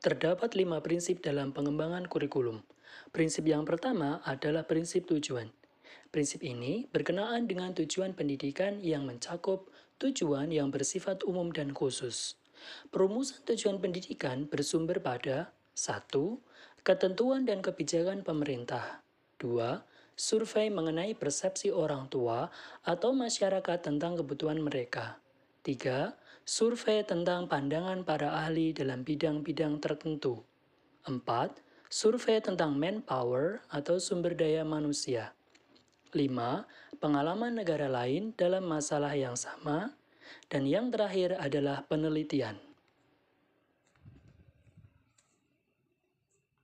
Terdapat 5 prinsip dalam pengembangan kurikulum. Prinsip yang pertama adalah prinsip tujuan. Prinsip ini berkenaan dengan tujuan pendidikan yang mencakup tujuan yang bersifat umum dan khusus. Perumusan tujuan pendidikan bersumber pada 1. Ketentuan dan kebijakan pemerintah. 2. Survei mengenai persepsi orang tua atau masyarakat tentang kebutuhan mereka. 3. Survei tentang pandangan para ahli dalam bidang-bidang tertentu. 4. Survei tentang manpower atau sumber daya manusia. 5. Pengalaman negara lain dalam masalah yang sama. Dan yang terakhir adalah penelitian.